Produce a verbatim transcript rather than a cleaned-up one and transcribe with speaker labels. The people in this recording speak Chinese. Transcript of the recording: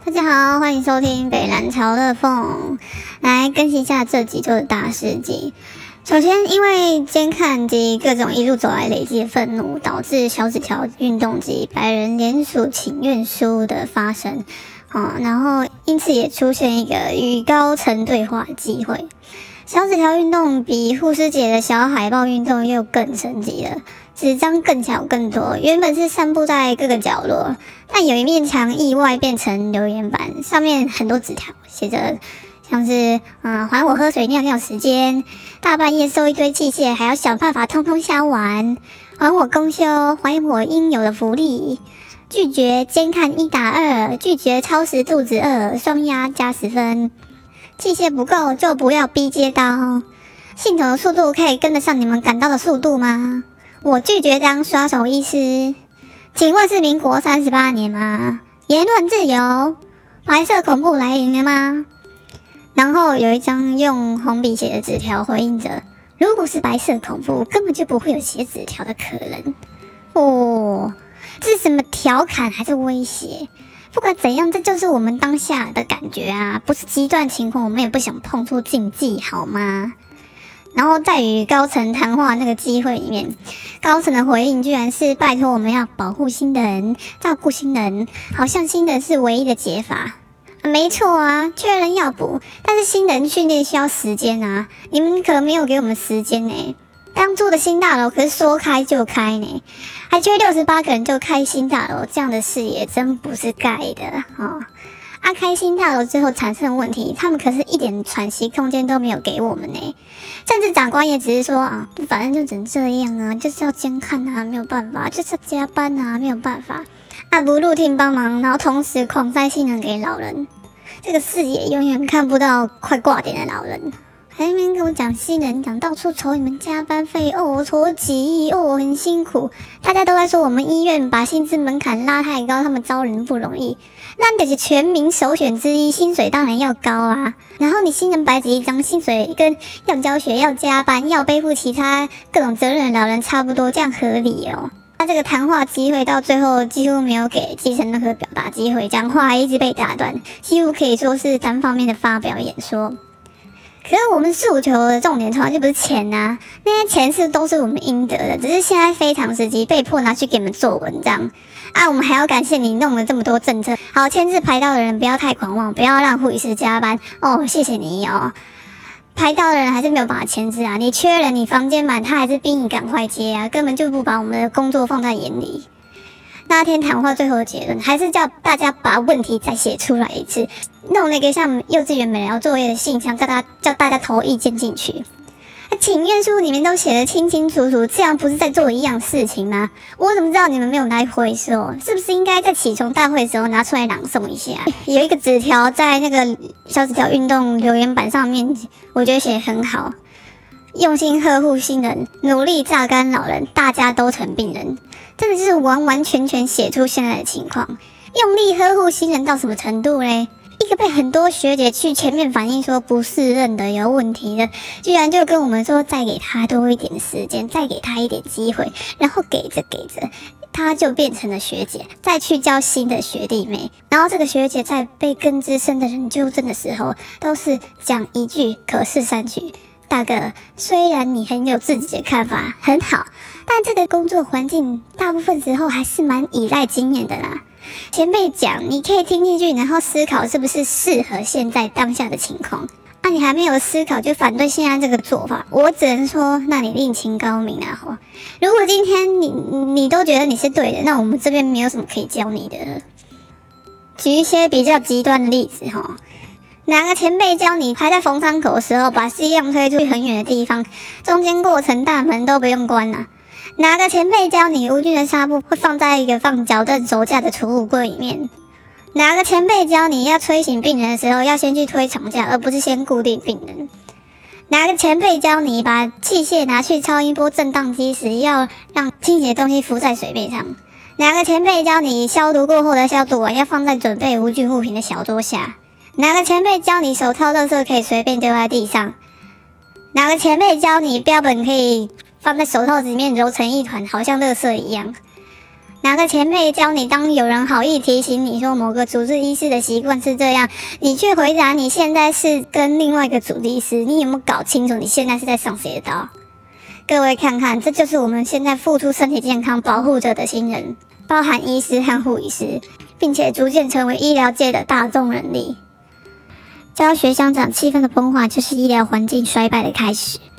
Speaker 1: 大家好，欢迎收听北蓝潮乐凤，来更新一下这几周的大事记。首先，因为监看及各种一路走来累积的愤怒，导致小纸条运动及白人联署请愿书的发生，哦，然后因此也出现一个与高层对话的机会。小纸条运动比护士节的小海报运动又更升级了，纸张更小更多，原本是散布在各个角落，但有一面墙意外变成留言板，上面很多纸条，写着像是嗯，还我喝水尿尿时间，大半夜收一堆器械还要想办法通通销完，还我公休，还我应有的福利，拒绝监看一打二，拒绝超时肚子饿，双压加十分，器械不够就不要逼接刀，系统的速度可以跟得上你们赶到的速度吗？我拒绝当刷手医师。请问是民国三十八年吗？言论自由，白色恐怖来临了吗？然后有一张用红笔写的纸条回应着，如果是白色恐怖，根本就不会有写纸条的可能。哦，这是什么调侃还是威胁？不管怎样，这就是我们当下的感觉啊，不是极端情况，我们也不想碰触禁忌，好吗？然后在与高层谈话那个机会里面，高层的回应居然是拜托我们要保护新人，照顾新人，好像新人是唯一的解法。啊、没错啊，缺人要补，但是新人训练需要时间啊，你们可没有给我们时间呢、欸。当初的新大楼可是说开就开呢，还缺六十八个人就开新大楼，这样的事也真不是盖的哦。啊，开新大楼之后产生的问题，他们可是一点喘息空间都没有给我们呢。甚至长官也只是说啊，反正就只能这样啊，就是要监看啊，没有办法，就是要加班啊，没有办法。啊，不入庭帮忙，然后同时狂塞新人给老人，这个视野永远看不到快挂点的老人。还在那边跟我讲新人讲到处筹你们加班费哦，筹几亿哦，很辛苦。大家都在说我们医院把薪资门槛拉太高，他们招人不容易。那得是全民首选之一，薪水当然要高啊。然后你新人白纸一张，薪水跟要教学、要加班、要背负其他各种责任的老人差不多，这样合理哦？那这个谈话机会到最后几乎没有给基层任何表达机会，讲话一直被打断，几乎可以说是单方面的发表演说。可是我们诉求的重点从来就不是钱啊，那些钱是都是我们应得的，只是现在非常时期被迫拿去给你们做文章啊。我们还要感谢你弄了这么多政策，好，签字排到的人不要太狂妄，不要让护理师加班哦，谢谢你哦。排到的人还是没有办法签字啊，你缺人，你房间满，他还是逼你赶快接啊，根本就不把我们的工作放在眼里。那天谈话最后的结论还是叫大家把问题再写出来一次，弄了一个像幼稚园美疗作业的信箱，叫大家叫大家投意见进去。请愿书里面都写得清清楚楚，这样不是在做一样事情吗？我怎么知道你们没有拿来回收？是不是应该在启程大会的时候拿出来朗诵一下？有一个纸条在那个小纸条运动留言板上面，我觉得写得很好。用心呵护新人，努力榨干老人，大家都成病人，真的就是完完全全写出现在的情况。用力呵护新人到什么程度嘞？一个被很多学姐去前面反映说不适任的、有问题的，居然就跟我们说再给他多一点时间，再给他一点机会，然后给着给着，他就变成了学姐，再去教新的学弟妹。然后这个学姐在被更资深的人纠正的时候，都是讲一句可是三句。大哥，虽然你很有自己的看法，很好，但这个工作环境大部分时候还是蛮依赖经验的啦。前辈讲，你可以听进去，然后思考是不是适合现在当下的情况。啊，你还没有思考就反对现在这个做法，我只能说，那你另请高明啊！吼，如果今天你你都觉得你是对的，那我们这边没有什么可以教你的。举一些比较极端的例子哈。哪个前辈教你排在逢山口的时候把西样推出去很远的地方，中间过程大门都不用关啊？哪个前辈教你无菌的纱布会放在一个放脚凳手架的储物柜里面？哪个前辈教你要推醒病人的时候要先去推床架，而不是先固定病人？哪个前辈教你把器械拿去超音波震荡机时要让清洁东西浮在水面上？哪个前辈教你消毒过后的消毒碗要放在准备无菌物品的小桌下？哪个前辈教你手套垃圾可以随便丢在地上？哪个前辈教你标本可以放在手套子里面揉成一团，好像垃圾一样？ 哪个前辈教你，当有人好意提醒你说某个主治医师的习惯是这样，你却回答你现在是跟另外一个主治医师，你有没有搞清楚你现在是在上谁的刀？各位看看，这就是我们现在付出身体健康保护者的新人，包含医师和护理师，并且逐渐成为医疗界的大众人力。教学相长气氛的崩坏，就是医疗环境衰败的开始。